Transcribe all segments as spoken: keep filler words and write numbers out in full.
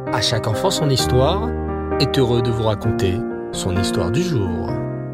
À chaque enfant son histoire est heureux de vous raconter son histoire du jour.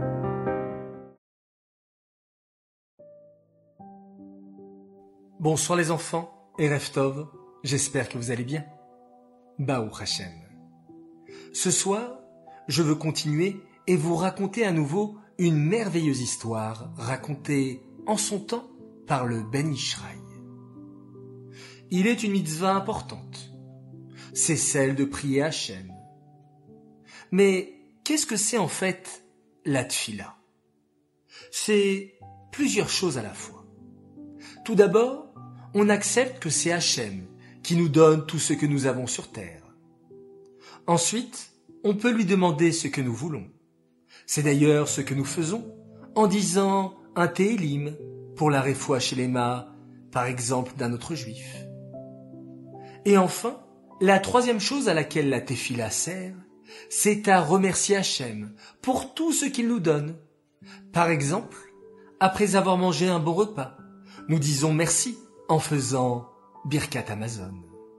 Bonsoir les enfants et Erev Tov, j'espère que vous allez bien. Baruch Hashem. Ce soir, je veux continuer et vous raconter à nouveau une merveilleuse histoire racontée en son temps par le Ben Ishraï. Il est une mitzvah importante. C'est celle de prier Hachem. Mais qu'est-ce que c'est en fait la tfila? C'est plusieurs choses à la fois. Tout d'abord, on accepte que c'est Hachem qui nous donne tout ce que nous avons sur terre. Ensuite, on peut lui demander ce que nous voulons. C'est d'ailleurs ce que nous faisons en disant un Téhélim pour la Refoua Shelema, par exemple d'un autre juif. Et enfin, la troisième chose à laquelle la Tefila sert, c'est à remercier Hachem pour tout ce qu'il nous donne. Par exemple, après avoir mangé un bon repas, nous disons merci en faisant Birkat Hamazon.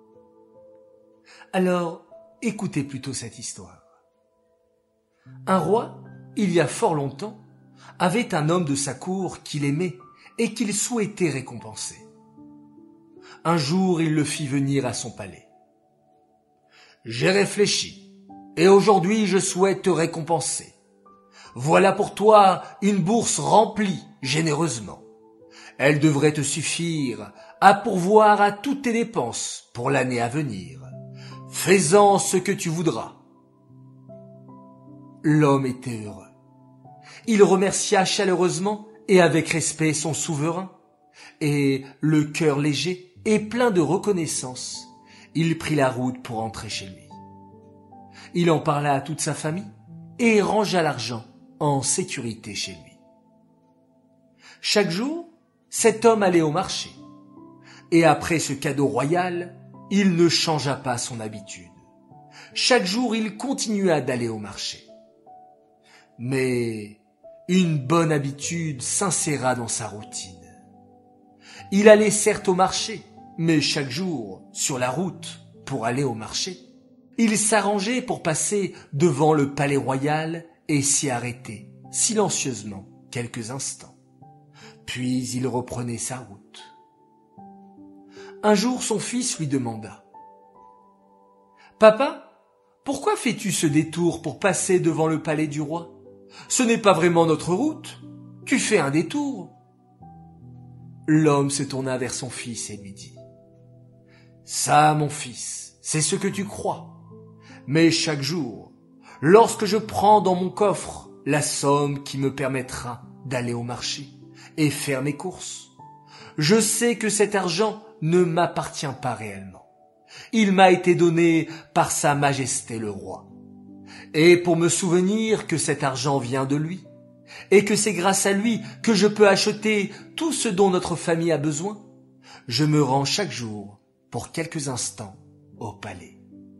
Alors, écoutez plutôt cette histoire. Un roi, il y a fort longtemps, avait un homme de sa cour qu'il aimait et qu'il souhaitait récompenser. Un jour, il le fit venir à son palais. « J'ai réfléchi, et aujourd'hui je souhaite te récompenser. Voilà pour toi une bourse remplie généreusement. Elle devrait te suffire à pourvoir à toutes tes dépenses pour l'année à venir. Fais-en ce que tu voudras. » L'homme était heureux. Il remercia chaleureusement et avec respect son souverain, et le cœur léger et plein de reconnaissance, il prit la route pour entrer chez lui. Il en parla à toute sa famille et rangea l'argent en sécurité chez lui. Chaque jour, cet homme allait au marché. Et après ce cadeau royal, il ne changea pas son habitude. Chaque jour, il continua d'aller au marché. Mais une bonne habitude s'inséra dans sa routine. Il allait certes au marché, mais chaque jour, sur la route, pour aller au marché, il s'arrangeait pour passer devant le palais royal et s'y arrêter, silencieusement, quelques instants. Puis il reprenait sa route. Un jour, son fils lui demanda « Papa, pourquoi fais-tu ce détour pour passer devant le palais du roi? Ce n'est pas vraiment notre route. Tu fais un détour. » L'homme se tourna vers son fils et lui dit « Ça, mon fils, c'est ce que tu crois. Mais chaque jour, lorsque je prends dans mon coffre la somme qui me permettra d'aller au marché et faire mes courses, je sais que cet argent ne m'appartient pas réellement. Il m'a été donné par Sa Majesté le Roi. Et pour me souvenir que cet argent vient de lui, et que c'est grâce à lui que je peux acheter tout ce dont notre famille a besoin, je me rends chaque jour, pour quelques instants, au palais. »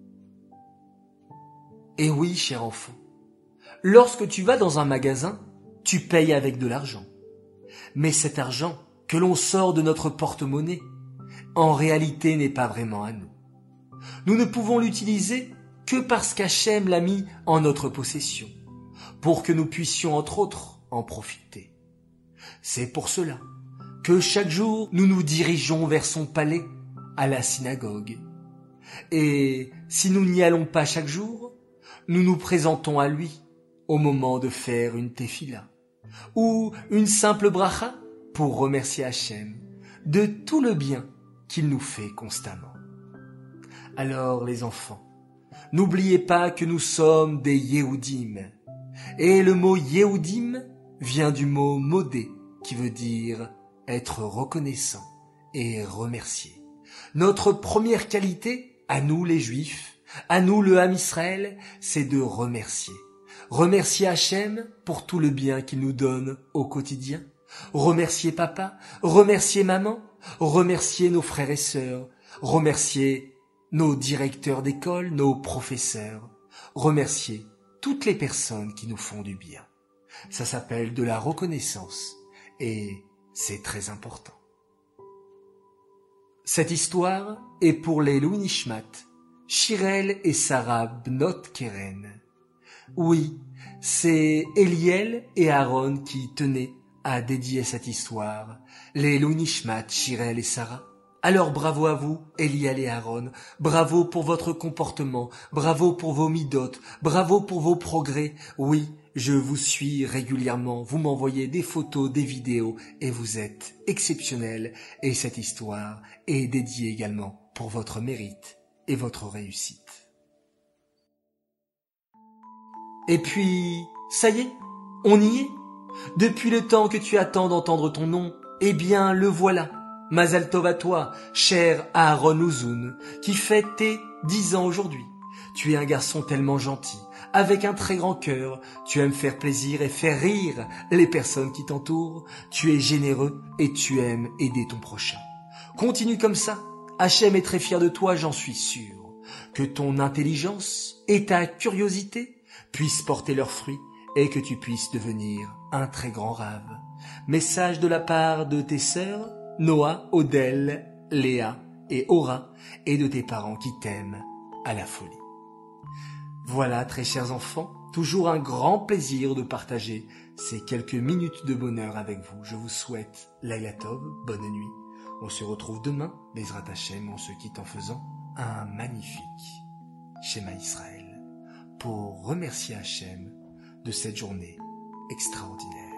Et oui, cher enfant, lorsque tu vas dans un magasin, tu payes avec de l'argent. Mais cet argent que l'on sort de notre porte-monnaie, en réalité n'est pas vraiment à nous. Nous ne pouvons l'utiliser que parce qu'Hachem l'a mis en notre possession, pour que nous puissions entre autres en profiter. C'est pour cela que chaque jour nous nous dirigeons vers son palais, à la synagogue. Et si nous n'y allons pas chaque jour, nous nous présentons à lui au moment de faire une tefila ou une simple bracha pour remercier Hachem de tout le bien qu'il nous fait constamment. Alors les enfants, n'oubliez pas que nous sommes des Yehudim. Et le mot Yehudim vient du mot modé, qui veut dire être reconnaissant et remercier. Notre première qualité, à nous les Juifs, à nous le Ham Israël, c'est de remercier. Remercier Hachem pour tout le bien qu'il nous donne au quotidien. Remercier papa, remercier maman, remercier nos frères et sœurs, remercier nos directeurs d'école, nos professeurs, remercier toutes les personnes qui nous font du bien. Ça s'appelle de la reconnaissance et c'est très important. Cette histoire est pour les Louis Nishmat, Shirel et Sarah Bnot Keren. Oui, c'est Eliel et Aaron qui tenaient à dédier cette histoire, les Lounishmat, Shirel et Sarah. Alors bravo à vous, Eliel et Aaron, bravo pour votre comportement, bravo pour vos midotes, bravo pour vos progrès. Oui, je vous suis régulièrement, vous m'envoyez des photos, des vidéos, et vous êtes exceptionnels, et cette histoire est dédiée également pour votre mérite et votre réussite. Et puis, ça y est, on y est. Depuis le temps que tu attends d'entendre ton nom, eh bien le voilà. Mazal Tov à toi, cher Aaron Ouzoun, qui fête tes dix ans aujourd'hui. Tu es un garçon tellement gentil, avec un très grand cœur. Tu aimes faire plaisir et faire rire les personnes qui t'entourent. Tu es généreux et tu aimes aider ton prochain. Continue comme ça. Hachem est très fier de toi, j'en suis sûr. Que ton intelligence et ta curiosité puissent porter leurs fruits et que tu puisses devenir un très grand rave. Message de la part de tes sœurs, Noah, Odel, Léa et Aura, et de tes parents qui t'aiment à la folie. Voilà, très chers enfants, toujours un grand plaisir de partager ces quelques minutes de bonheur avec vous. Je vous souhaite Laila Tov, bonne nuit. On se retrouve demain, Bezrat Hashem, on se quitte en faisant un magnifique Shema Israël pour remercier Hashem de cette journée extraordinaire.